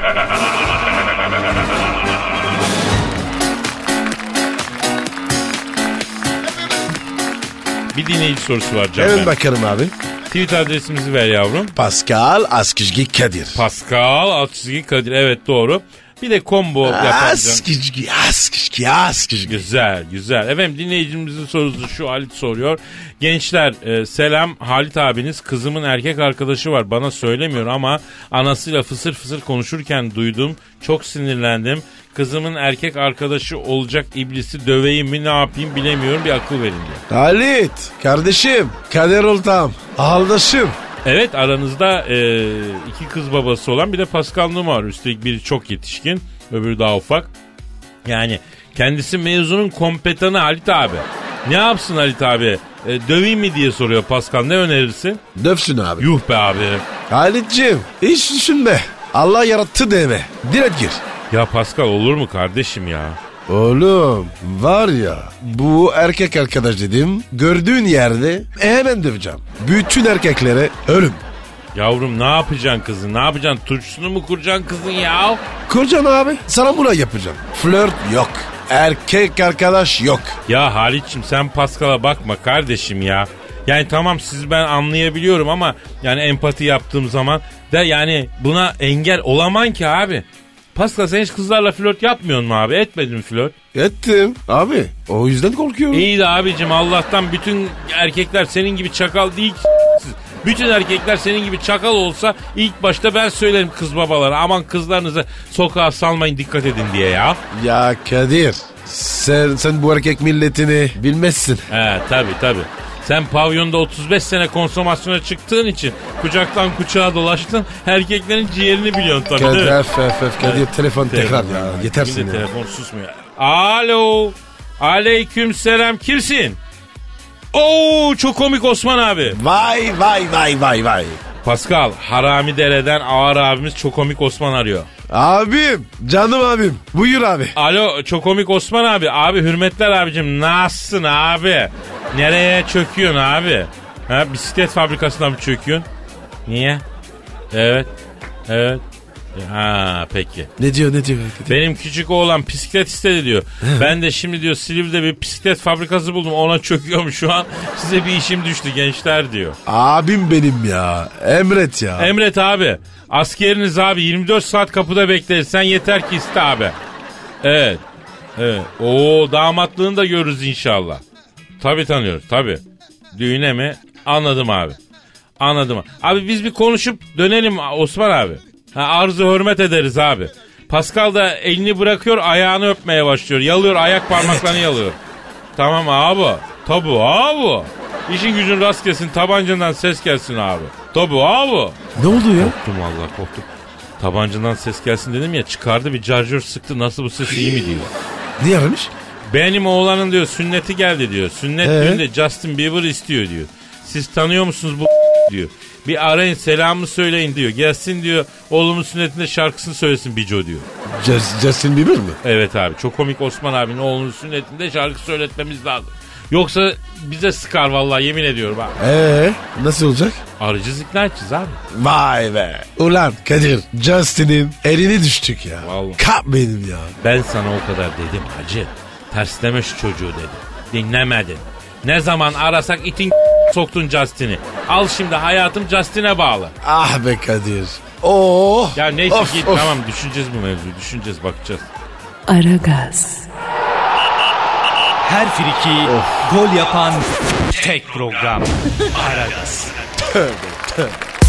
[SPEAKER 4] Bir dinleyici sorusu var Can.
[SPEAKER 3] Hemen bakarım abi.
[SPEAKER 4] Tweet adresimizi ver yavrum.
[SPEAKER 3] Pascal Askizgi Kadir.
[SPEAKER 4] Pascal Askizgi Kadir, evet doğru. Bir de combo yapacağım.
[SPEAKER 3] Askizgi, Askizgi, Askizgi.
[SPEAKER 4] Güzel, güzel. Efendim dinleyicimizin sorusu şu, Halit soruyor. Gençler e, selam, Halit abiniz, kızımın erkek arkadaşı var, bana söylemiyor ama anasıyla fısır fısır konuşurken duydum. Çok sinirlendim. Kızımın erkek arkadaşı olacak iblisi döveyim mi, ne yapayım bilemiyorum, bir akıl verin diye.
[SPEAKER 3] Halit, kardeşim, Kader ortağım, aldaşım.
[SPEAKER 4] Evet, aranızda e, iki kız babası olan bir de Pascal Numa var. Üstelik biri çok yetişkin, öbürü daha ufak. Yani kendisi mezunun kompetanı Halit abi. Ne yapsın Halit abi? E, döveyim mi diye soruyor Pascal, ne önerirsin?
[SPEAKER 3] Dövsün abi.
[SPEAKER 4] Yuh be abi.
[SPEAKER 3] Halit'ciğim hiç düşünme. Allah yarattı deme. Direkt gir.
[SPEAKER 4] Ya Pascal, olur mu kardeşim ya?
[SPEAKER 3] Oğlum var ya, bu erkek arkadaş dedim, gördüğün yerde hemen döveceğim. Bütün erkeklere ölüm.
[SPEAKER 4] Yavrum ne yapacaksın kızın? Ne yapacaksın? Turşusunu mu kuracaksın kızın ya?
[SPEAKER 3] Kuracaksın abi. Sana buna yapacağım. Flört yok. Erkek arkadaş yok.
[SPEAKER 4] Ya Halit'ciğim sen Pascal'a bakma kardeşim ya. Yani tamam sizi ben anlayabiliyorum ama yani empati yaptığım zaman da yani buna engel olaman ki abi. Pascal sen hiç kızlarla flört yapmıyorsun mu abi? Etmedin mi flört?
[SPEAKER 3] Ettim. Abi o yüzden korkuyorum.
[SPEAKER 4] İyi de abicim Allah'tan bütün erkekler senin gibi çakal değil. Bütün erkekler senin gibi çakal olsa ilk başta ben söylerim kız babalara. Aman kızlarınızı sokağa salmayın dikkat edin diye ya.
[SPEAKER 3] Ya Kadir sen, sen bu erkek milletini bilmezsin.
[SPEAKER 4] He tabi tabi. Sen pavyonda otuz beş sene konsomasyona çıktığın için kucaktan kucağa dolaştın. Erkeklerin ciğerini biliyorsun tabii.
[SPEAKER 3] Kadir öf öf öf Kadir evet. Telefon tekrar ya. Yetersin
[SPEAKER 4] Şimdi
[SPEAKER 3] ya.
[SPEAKER 4] telefon susmuyor. Alo. Aleyküm selam. Kimsin? Oo çok komik Osman abi.
[SPEAKER 3] Vay vay vay vay vay.
[SPEAKER 4] Pascal Harami Dere'den Ağar abimiz çok komik Osman arıyor.
[SPEAKER 3] Abim canım abim buyur abi.
[SPEAKER 4] Alo çok komik Osman abi. Abi hürmetler abicim nasılsın abi? Nereye çöküyorsun abi? Ha, bisiklet fabrikasına mı çöküyorsun? Niye? Evet. Evet. Ha peki.
[SPEAKER 3] Ne diyor ne diyor?
[SPEAKER 4] Benim küçük oğlan bisiklet istedi diyor. Ben de şimdi diyor Silivri'de bir bisiklet fabrikası buldum ona çöküyorum şu an. Size bir işim düştü gençler diyor.
[SPEAKER 3] Abim benim ya. Emret ya.
[SPEAKER 4] Emret abi. Askeriniz abi yirmi dört saat kapıda bekleriz. Sen yeter ki iste abi. Evet. Evet. Oo damatlığını da görürüz inşallah. Tabii tanıyoruz tabii. Düğüne mi? Anladım abi. Anladım. Abi biz bir konuşup dönelim Osman abi. Ha, arzu hürmet ederiz abi. Pascal da elini bırakıyor ayağını öpmeye başlıyor. Yalıyor ayak parmaklarını yalıyor. Tamam abi. Tabii abi. İşin gücün rast gelsin tabancandan ses gelsin abi. Tabii abi.
[SPEAKER 3] Ne oldu ya?
[SPEAKER 4] Korktum vallahi korktum. Tabancadan ses gelsin dedim ya çıkardı bir charger sıktı nasıl bu ses iyi mi diyor.
[SPEAKER 3] Niye aramış?
[SPEAKER 4] Benim oğlanın diyor sünneti geldi diyor. Sünnet
[SPEAKER 3] Ee?
[SPEAKER 4] düğünde Justin Bieber istiyor diyor. Siz tanıyor musunuz bu diyor. Bir arayın selamını söyleyin diyor. Gelsin diyor oğlumun sünnetinde şarkısını söylesin Bico diyor.
[SPEAKER 3] Just, Justin Bieber mi?
[SPEAKER 4] Evet abi çok komik Osman abinin oğlunun sünnetinde şarkı söyletmemiz lazım. Yoksa bize sıkar vallahi yemin ediyorum abi.
[SPEAKER 3] Eee nasıl olacak?
[SPEAKER 4] Arayacağız ikna edeceğiz abi.
[SPEAKER 3] Vay be. Ulan Kadir Justin'in eline düştük ya.
[SPEAKER 4] Vallahi.
[SPEAKER 3] Kap benim ya.
[SPEAKER 4] Ben sana o kadar dedim hacı. Tersleme şu çocuğu dedim. Dinlemedin. Ne zaman arasak itin soktun Justin'i. Al şimdi hayatım Justin'e bağlı.
[SPEAKER 3] Ah be Kadir. Oh.
[SPEAKER 4] Ya neyse
[SPEAKER 3] of,
[SPEAKER 4] git
[SPEAKER 3] of.
[SPEAKER 4] tamam düşüneceğiz bu mevzuyu. Düşüneceğiz bakacağız.
[SPEAKER 1] Aragaz.
[SPEAKER 8] Her friki gol yapan tek program. Aragaz.
[SPEAKER 3] Tövbe tövbe.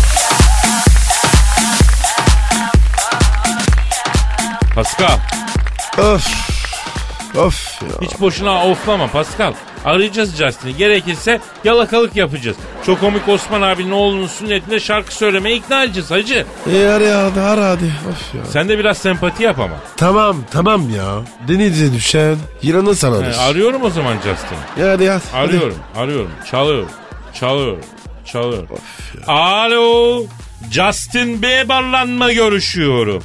[SPEAKER 4] Pascal.
[SPEAKER 3] Of. Of ya.
[SPEAKER 4] Hiç boşuna oflama Pascal. Arayacağız Justin'i. Gerekirse yalakalık yapacağız. Çok komik Osman abinin oğlunun sünnetinde şarkı söylemeye ikna edeceğiz hacı.
[SPEAKER 3] E hadi hadi hadi hadi. Of ya.
[SPEAKER 4] Sen de biraz sempati yap ama.
[SPEAKER 3] Tamam tamam ya. Denize düşen yılanı sanarız.
[SPEAKER 4] He, arıyorum o zaman Justin'i.
[SPEAKER 3] Ya hadi hadi.
[SPEAKER 4] Arıyorum, arıyorum. Çalıyorum, çalıyorum, çalıyorum. Alo, Justin Bieber'la mı görüşüyorum?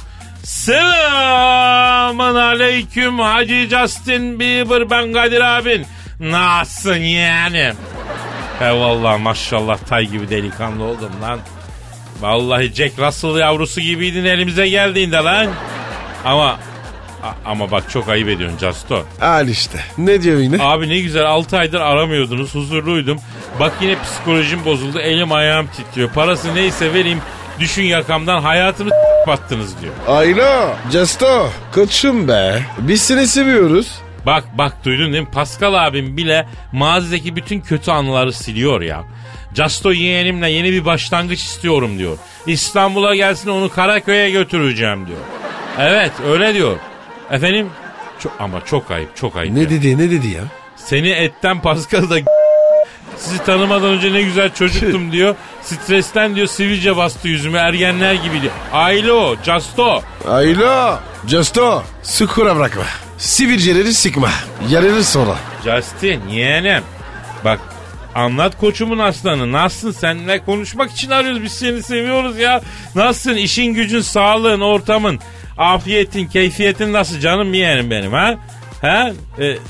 [SPEAKER 4] Selamun aleyküm Hacı Justin Bieber, ben Kadir abin. Nasılsın yani? He vallahi maşallah tay gibi delikanlı oldum lan. Vallahi Jack Russell yavrusu gibiydin elimize geldiğinde lan. Ama ama bak çok ayıp ediyorsun Justo.
[SPEAKER 3] Al işte. Ne diyor yine?
[SPEAKER 4] Abi ne güzel altı aydır aramıyordunuz, huzurluydum. Bak yine psikolojim bozuldu, elim ayağım titriyor. Parası neyse vereyim, düşün yakamdan, hayatımı battınız diyor.
[SPEAKER 3] Ayla, Justo, koçum be. Biz seni seviyoruz.
[SPEAKER 4] Bak bak duydun değil mi? Pascal abim bile mazideki bütün kötü anıları siliyor ya. Justo yeğenimle yeni bir başlangıç istiyorum diyor. İstanbul'a gelsin onu Karaköy'e götüreceğim diyor. Evet öyle diyor. Efendim? Çok, ama çok ayıp çok ayıp.
[SPEAKER 3] Ne
[SPEAKER 4] ya.
[SPEAKER 3] dedi ne dedi ya?
[SPEAKER 4] Seni etten Pascal da sizi tanımadan önce ne güzel çocuktum diyor. Stresten diyor sivilce bastı yüzüme ergenler gibi diyor. Aylo, Justo.
[SPEAKER 3] Ayla, Justo, sıkıra bırakma. Sivilceleri sıkma. Yarılır sonra.
[SPEAKER 4] Justin yeğenim. Bak anlat koçumun aslanı. Nasılsın? Seninle konuşmak için arıyoruz. Biz seni seviyoruz ya. Nasılsın? İşin gücün, sağlığın, ortamın, afiyetin, keyfiyetin nasıl canım yeğenim benim ha? Ha? E,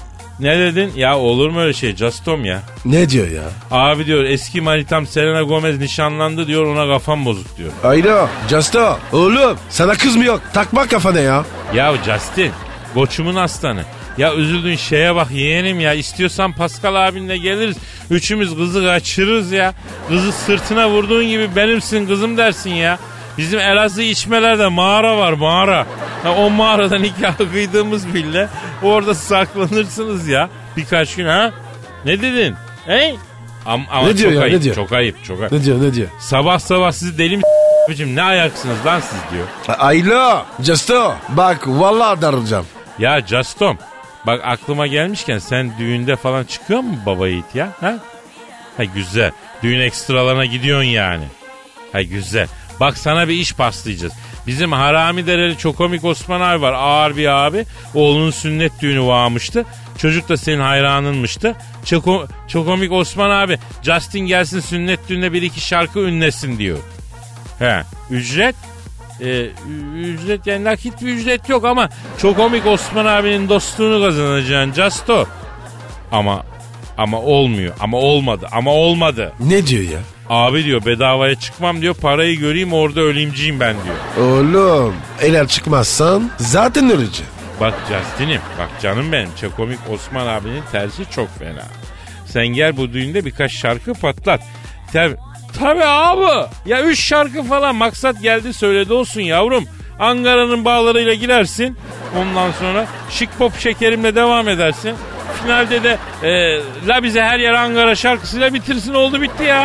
[SPEAKER 4] Ne dedin? Ya olur mu öyle şey Justom ya?
[SPEAKER 3] Ne diyor ya?
[SPEAKER 4] Abi diyor eski manitam Selena Gomez nişanlandı diyor, ona kafam bozuk diyor.
[SPEAKER 3] Hayda Justo oğlum sana kız mı yok? Takma kafana ya.
[SPEAKER 4] Ya Justin koçumun aslanı. Ya üzüldüğün şeye bak yeğenim ya. İstiyorsan Pascal abinle geliriz. Üçümüz kızı kaçırırız ya. Kızı sırtına vurduğun gibi benimsin kızım dersin ya. Bizim Elazığ içmelerde mağara var mağara. Ha, o mağarada nikah kıydığımız bile orada saklanırsınız ya. Birkaç gün ha. Ne dedin? Hey? Ama, ama
[SPEAKER 3] ne diyor
[SPEAKER 4] çok
[SPEAKER 3] ya
[SPEAKER 4] ayıp,
[SPEAKER 3] ne diyor?
[SPEAKER 4] Çok ayıp çok ayıp.
[SPEAKER 3] Ne diyor ne diyor?
[SPEAKER 4] Sabah sabah sizi deli mi s*****? Ne ayaksınız lan siz diyor.
[SPEAKER 3] Ayla Justo bak vallahi darılacağım.
[SPEAKER 4] Ya Justom bak aklıma gelmişken sen düğünde falan çıkıyor mu baba yiğit ya? Ha? Ha güzel. Düğün ekstralarına gidiyorsun yani. Ha güzel. Bak sana bir iş paslayacağız. Bizim Harami Dereli Çokomik Osman abi var. Ağır bir abi. Oğlunun sünnet düğünü varmıştı. Çocuk da senin hayranınmıştı. Çoko, Çokomik Osman abi Justin gelsin sünnet düğünde bir iki şarkı ünlesin diyor. He. Ücret? Ee, ücret yani nakit bir ücret yok ama Çokomik Osman abinin dostluğunu kazanacaksın Justo. Ama ama olmuyor. Ama olmadı. Ama olmadı.
[SPEAKER 3] Ne diyor ya?
[SPEAKER 4] Abi diyor bedavaya çıkmam diyor. Parayı göreyim orada ölümciyim ben diyor.
[SPEAKER 3] Oğlum eğer çıkmazsan zaten öleceksin.
[SPEAKER 4] Bak Justin'im bak canım benim. Çokomik Osman abinin tersi çok fena. Sen gel bu düğünde birkaç şarkı patlat. Tabi tabi abi. Ya üç şarkı falan maksat geldi söyledi olsun yavrum. Ankara'nın bağlarıyla girersin. Ondan sonra şık pop şekerimle devam edersin. Finalde de e, La Bize Her Yer Ankara şarkısıyla bitirsin, oldu bitti ya.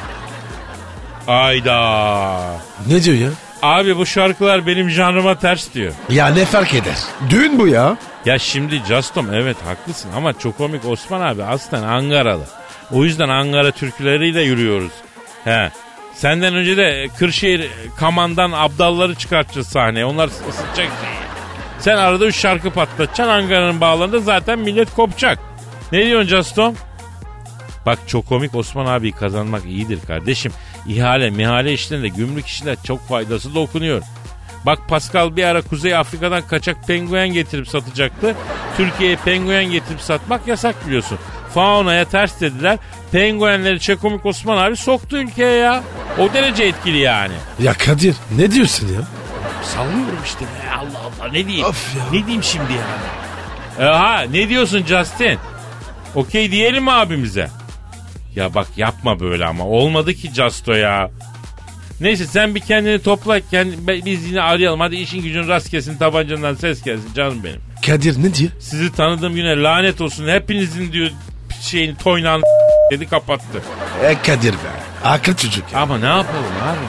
[SPEAKER 4] Ayda.
[SPEAKER 3] Ne diyor ya?
[SPEAKER 4] Abi bu şarkılar benim janrıma ters diyor.
[SPEAKER 3] Ya ne fark eder? Düğün bu ya.
[SPEAKER 4] Ya şimdi Justom evet haklısın ama Çokomik Osman abi aslen Ankaralı. O yüzden Ankara türküleriyle yürüyoruz. He. Senden önce de Kırşehir Kaman'dan abdalları çıkartacağız sahneye. Onlar ısıtacak. Sen arada üç şarkı patlatacaksın. Ankara'nın bağlarında zaten millet kopacak. Ne diyorsun Justom? Bak Çokomik Osman abi kazanmak iyidir kardeşim. İhale mihale işlerinde gümrük işler çok faydası dokunuyor. Bak Pascal bir ara Kuzey Afrika'dan kaçak penguen getirip satacaktı. Türkiye'ye penguen getirip satmak yasak biliyorsun. Fauna'ya ters dediler. Penguenleri Çokomik Osman abi soktu ülkeye ya. O derece etkili yani.
[SPEAKER 3] Ya Kadir ne diyorsun ya?
[SPEAKER 4] Sallıyorum işte be. Allah Allah ne diyeyim?
[SPEAKER 3] Of ya.
[SPEAKER 4] Ne diyeyim şimdi yani? Aha ne diyorsun Justin? Okey diyelim mi abimize? Ya bak yapma böyle ama. Olmadı ki Justo ya. Neyse sen bir kendini topla. Kendi, biz yine arayalım. Hadi işin gücün rast gelsin. Tabancandan ses gelsin canım benim.
[SPEAKER 3] Kadir ne diyor?
[SPEAKER 4] Sizi tanıdığım güne lanet olsun. Hepinizin diyor şeyini toynağını dedi kapattı.
[SPEAKER 3] E Kadir be. Akıl çocuk ya.
[SPEAKER 4] Ama ne yapalım abi?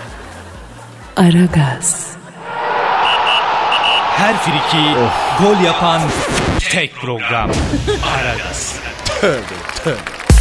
[SPEAKER 1] Aragaz.
[SPEAKER 8] Her friki gol yapan tek program. Aragaz.
[SPEAKER 3] Tövbe tövbe.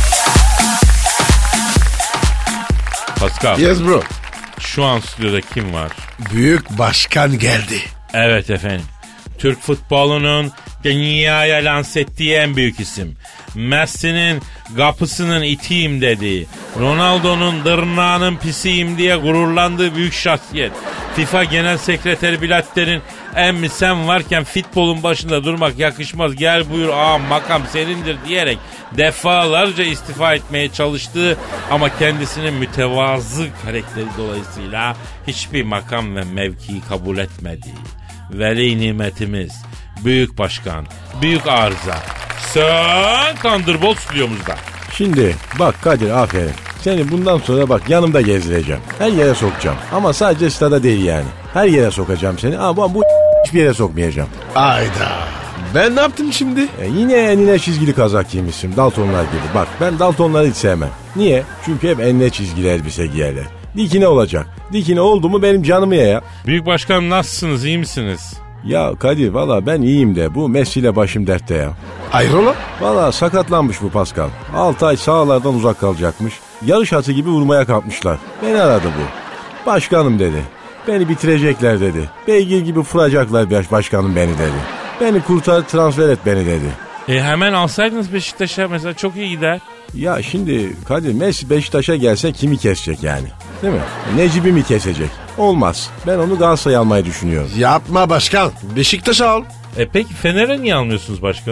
[SPEAKER 4] Pascal.
[SPEAKER 3] Yes bro.
[SPEAKER 4] Şu an stüdyoda kim var?
[SPEAKER 3] Büyük başkan geldi.
[SPEAKER 4] Evet efendim. Türk futbolunun dünyaya lanse ettiği en büyük isim. Messi'nin kapısının itiyim dediği, Ronaldo'nun dırnağının pisiyim diye gururlandığı büyük şahsiyet. FIFA Genel Sekreteri Blatter'in emmi sen varken futbolun başında durmak yakışmaz, gel buyur ağam makam senindir diyerek defalarca istifa etmeye çalıştığı ama kendisinin mütevazı karakteri dolayısıyla hiçbir makam ve mevkiyi kabul etmediği veli nimetimiz, büyük başkan, büyük arıza, Sen Thunderbolt stüdyomuzda.
[SPEAKER 9] Şimdi bak Kadir aferin. Seni bundan sonra bak yanımda gezdireceğim. Her yere sokacağım. Ama sadece stada değil yani. Her yere sokacağım seni. Ama bu hiçbir yere sokmayacağım.
[SPEAKER 3] Ayda. Ben ne yaptım şimdi?
[SPEAKER 9] E yine enine çizgili kazak giymişsin. Daltonlar gibi. Bak ben Daltonları hiç sevmem. Niye? Çünkü hep enine çizgili elbise giyerler. Dikine olacak. Dikine oldu mu benim canımı ye ya.
[SPEAKER 4] Büyük başkanım nasılsınız, iyi misiniz?
[SPEAKER 9] Ya Kadir valla ben iyiyim de bu Messi ile başım dertte ya.
[SPEAKER 3] Hayrola?
[SPEAKER 9] Valla sakatlanmış bu Pascal. altı ay sahalardan uzak kalacakmış. Yarış atı gibi vurmaya kalkmışlar. Beni aradı bu. Başkanım dedi. Beni bitirecekler dedi. Beygir gibi vuracaklar başkanım beni dedi. Beni kurtar transfer et beni dedi.
[SPEAKER 4] E hemen alsaydınız Beşiktaş'a mesela çok iyi gider.
[SPEAKER 9] Ya şimdi Kadir Messi Beşiktaş'a gelse kimi kesecek yani? Değil mi? Necip'i mi kesecek? Olmaz. Ben onu Galatasaray'a almayı düşünüyorum.
[SPEAKER 3] Yapma başkan. Beşiktaş'ı al.
[SPEAKER 4] E peki Fener'e niye almıyorsunuz başkanım?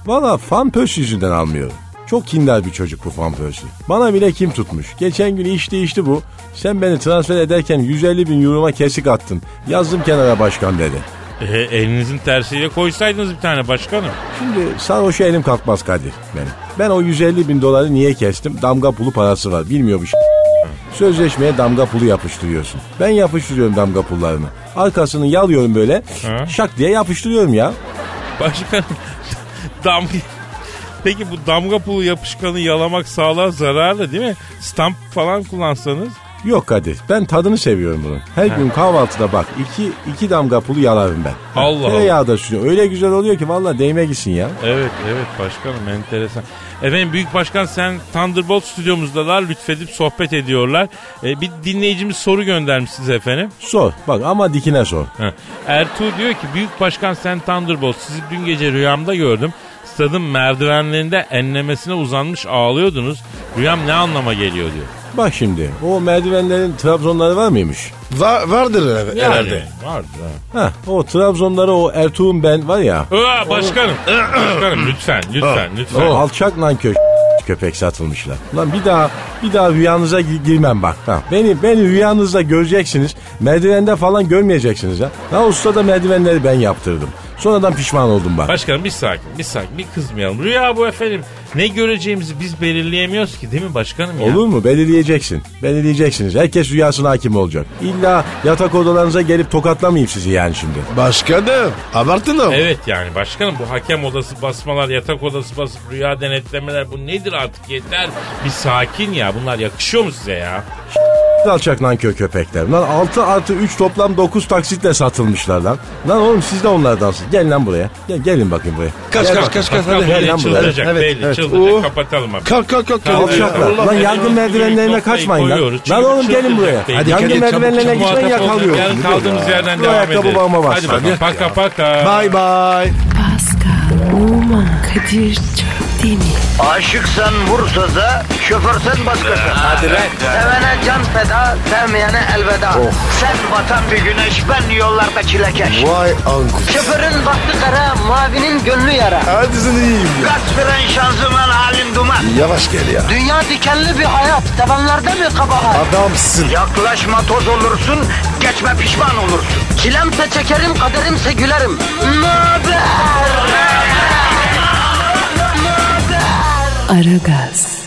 [SPEAKER 9] Valla Van Persie yüzünden almıyorum. Çok kindar bir çocuk bu Van Persie. Bana bile kim tutmuş. Geçen gün iş değişti bu. Sen beni transfer ederken yüz elli bin euroma kesik attın. Yazdım kenara başkan dedi.
[SPEAKER 4] E, elinizin tersiyle koysaydınız bir tane başkanım.
[SPEAKER 9] Şimdi sarhoşa elim kalkmaz Kadir benim. Ben o yüz elli bin doları niye kestim? Damga pulu parası var. Bilmiyormuş. Sözleşmeye damga pulu yapıştırıyorsun. Ben yapıştırıyorum damga pullarını. Arkasını yalıyorum böyle. Ha? Şak diye yapıştırıyorum ya.
[SPEAKER 4] Başkanım damga... Peki bu damga pulu yapışkanı yalamak sağlığa zararlı değil mi? Stamp falan kullansanız.
[SPEAKER 9] Yok Kadir, ben tadını seviyorum bunun. Her ha. gün kahvaltıda bak iki iki damga pulu yalarım ben.
[SPEAKER 4] Allah Allah.
[SPEAKER 9] Tereyağı da sürüyor. Öyle güzel oluyor ki vallahi değme gitsin ya.
[SPEAKER 4] Evet evet başkanım, enteresan. Efendim Büyük Başkan Sen Thunderbolt stüdyomuzdalar, lütfedip sohbet ediyorlar. Ee, bir dinleyicimiz soru göndermiş size efendim.
[SPEAKER 9] Sor bak ama dikine sor.
[SPEAKER 4] Ha. Ertuğ diyor ki Büyük Başkan Sen Thunderbolt, sizi dün gece rüyamda gördüm. Stadın merdivenlerinde enlemesine uzanmış ağlıyordunuz. Rüyam ne anlama geliyor diyor.
[SPEAKER 9] Bak şimdi o merdivenlerin Trabzonları var mıymış?
[SPEAKER 3] Va- vardır herhalde.
[SPEAKER 4] Yani, vardır ha.
[SPEAKER 9] Ha, o Trabzonları o Ertuğ'un ben var ya.
[SPEAKER 4] Aa, başkanım. Başkanım lütfen lütfen lütfen.
[SPEAKER 9] O alçak nankör köpek satılmışlar. Lan bir daha bir daha rüyanıza girmem bak. Ha, beni beni rüyanızda göreceksiniz. Merdivende falan görmeyeceksiniz ha. Ha usta da merdivenleri ben yaptırdım. Sonradan pişman oldum bak.
[SPEAKER 4] Başkanım bir sakin, bir sakin, bir kızmayalım. Rüya bu efendim. Ne göreceğimizi biz belirleyemiyoruz ki değil mi başkanım ya?
[SPEAKER 9] Olur mu? Belirleyeceksin. Belirleyeceksiniz. Herkes rüyasına hakim olacak. İlla yatak odalarınıza gelip tokatlamayayım sizi yani şimdi.
[SPEAKER 3] Başkanım abartın mı?
[SPEAKER 4] Evet yani başkanım, bu hakem odası basmalar, yatak odası basıp rüya denetlemeler, bu nedir artık, yeter. Bir sakin ya, bunlar yakışıyor mu size ya?
[SPEAKER 9] Alçak nankör köpekler. Lan altı artı üç toplam dokuz taksitle satılmışlar lan. Lan oğlum siz de onlardansınız. Gelin lan buraya. Gel, gelin bakayım buraya.
[SPEAKER 3] Kaç
[SPEAKER 9] gel
[SPEAKER 3] kaç
[SPEAKER 9] bak.
[SPEAKER 3] kaç kaç.
[SPEAKER 4] Hadi gel lan buraya. Çıldıracak
[SPEAKER 3] evet,
[SPEAKER 4] belli
[SPEAKER 3] evet.
[SPEAKER 4] çıldıracak.
[SPEAKER 3] Oo.
[SPEAKER 4] Kapatalım abi.
[SPEAKER 3] Kalk kalk kalk.
[SPEAKER 9] Alçaklar. Lan yangın merdivenlerine kaçmayın lan. Lan oğlum gelin buraya.
[SPEAKER 3] Hadi
[SPEAKER 9] yangın merdivenlerine gitmeyin yakalıyor.
[SPEAKER 4] Yarın kaldığımız yerden devam edelim. Hadi bakalım. Paka paka.
[SPEAKER 3] Bye bye.
[SPEAKER 1] Pascal, Oman, Kadir çok değil mi?
[SPEAKER 2] Aşıksan vursa da, şoförsen başkasın. Hadi lan. Sevene can feda, sevmeyene elveda. Oh. Sen batan bir güneş, ben yollarda çilekeş.
[SPEAKER 3] Vay anku.
[SPEAKER 2] Şoförün baktı kara, mavinin gönlü yara.
[SPEAKER 3] Hadi sen iyiyim ya.
[SPEAKER 2] Kasperen şanzıman halin duman.
[SPEAKER 3] Yavaş gel ya.
[SPEAKER 2] Dünya dikenli bir hayat, sevenlerde mi kabahar?
[SPEAKER 3] Adamsın.
[SPEAKER 2] Yaklaşma toz olursun, geçme pişman olursun. Çilemse çekerim, kaderimse gülerim. Möber!
[SPEAKER 1] Aragaz.